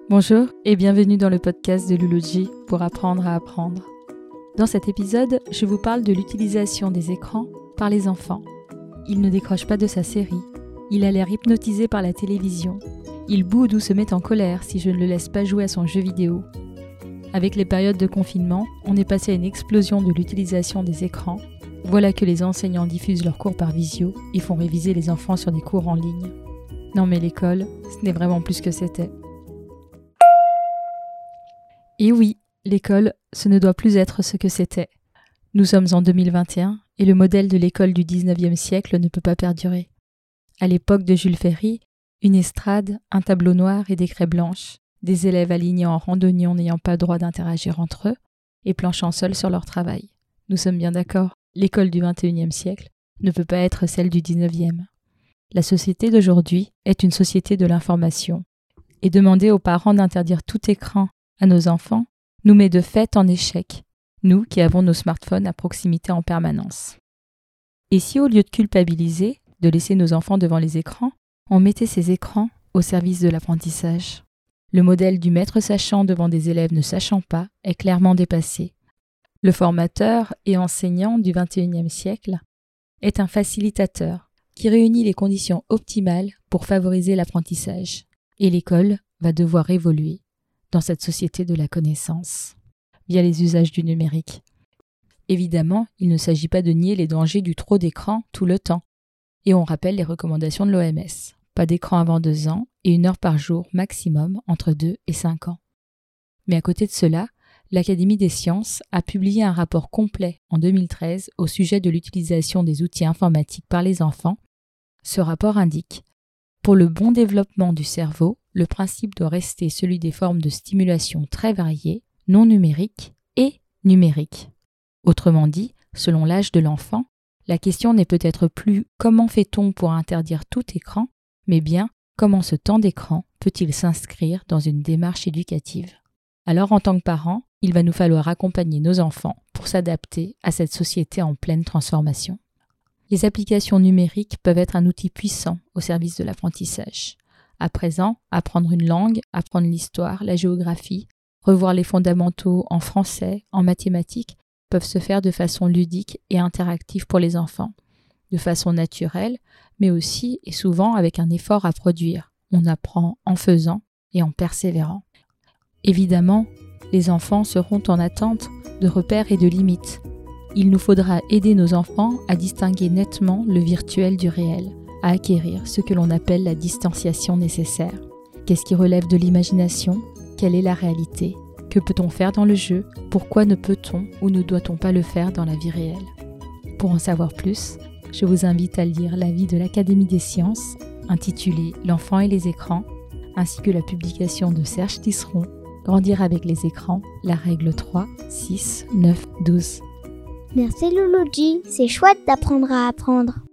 Bonjour et bienvenue dans le podcast de Luluji pour apprendre à apprendre. Dans cet épisode, je vous parle de l'utilisation des écrans par les enfants. Il ne décroche pas de sa série, il a l'air hypnotisé par la télévision, il boude ou se met en colère si je ne le laisse pas jouer à son jeu vidéo. Avec les périodes de confinement, on est passé à une explosion de l'utilisation des écrans. Voilà que les enseignants diffusent leurs cours par visio et font réviser les enfants sur des cours en ligne. Non mais l'école, ce n'est vraiment plus ce que c'était. Et oui, l'école, ce ne doit plus être ce que c'était. Nous sommes en 2021 et le modèle de l'école du 19e siècle ne peut pas perdurer. À l'époque de Jules Ferry, une estrade, un tableau noir et des craies blanches, des élèves alignés en rang d'oignons n'ayant pas droit d'interagir entre eux et planchant seuls sur leur travail. Nous sommes bien d'accord, l'école du 21e siècle ne peut pas être celle du 19e. La société d'aujourd'hui est une société de l'information et demander aux parents d'interdire tout écran à nos enfants nous met de fait en échec, nous qui avons nos smartphones à proximité en permanence. Et si au lieu de culpabiliser, de laisser nos enfants devant les écrans, on mettait ces écrans au service de l'apprentissage? Le modèle du maître sachant devant des élèves ne sachant pas est clairement dépassé. Le formateur et enseignant du 21e siècle est un facilitateur qui réunit les conditions optimales pour favoriser l'apprentissage. Et l'école va devoir évoluer dans cette société de la connaissance, via les usages du numérique. Évidemment, il ne s'agit pas de nier les dangers du trop d'écran tout le temps. Et on rappelle les recommandations de l'OMS. Pas d'écran avant 2 ans et 1 heure par jour maximum entre 2 et 5 ans. Mais à côté de cela, l'Académie des sciences a publié un rapport complet en 2013 au sujet de l'utilisation des outils informatiques par les enfants. Ce rapport indique: pour le bon développement du cerveau, le principe doit rester celui des formes de stimulation très variées, non numériques et numériques. Autrement dit, selon l'âge de l'enfant, la question n'est peut-être plus comment fait-on pour interdire tout écran, mais bien comment ce temps d'écran peut-il s'inscrire dans une démarche éducative. Alors en tant que parents, il va nous falloir accompagner nos enfants pour s'adapter à cette société en pleine transformation. Les applications numériques peuvent être un outil puissant au service de l'apprentissage. À présent, apprendre une langue, apprendre l'histoire, la géographie, revoir les fondamentaux en français, en mathématiques, peuvent se faire de façon ludique et interactive pour les enfants, de façon naturelle, mais aussi et souvent avec un effort à produire. On apprend en faisant et en persévérant. Évidemment, les enfants seront en attente de repères et de limites. Il nous faudra aider nos enfants à distinguer nettement le virtuel du réel, à acquérir ce que l'on appelle la distanciation nécessaire. Qu'est-ce qui relève de l'imagination? Quelle est la réalité? Que peut-on faire dans le jeu? Pourquoi ne peut-on ou ne doit-on pas le faire dans la vie réelle? Pour en savoir plus, je vous invite à lire l'avis de l'Académie des sciences, intitulé « L'enfant et les écrans », ainsi que la publication de Serge Tisseron, « Grandir avec les écrans, la règle 3, 6, 9, 12 ». Merci Luluji, c'est chouette d'apprendre à apprendre.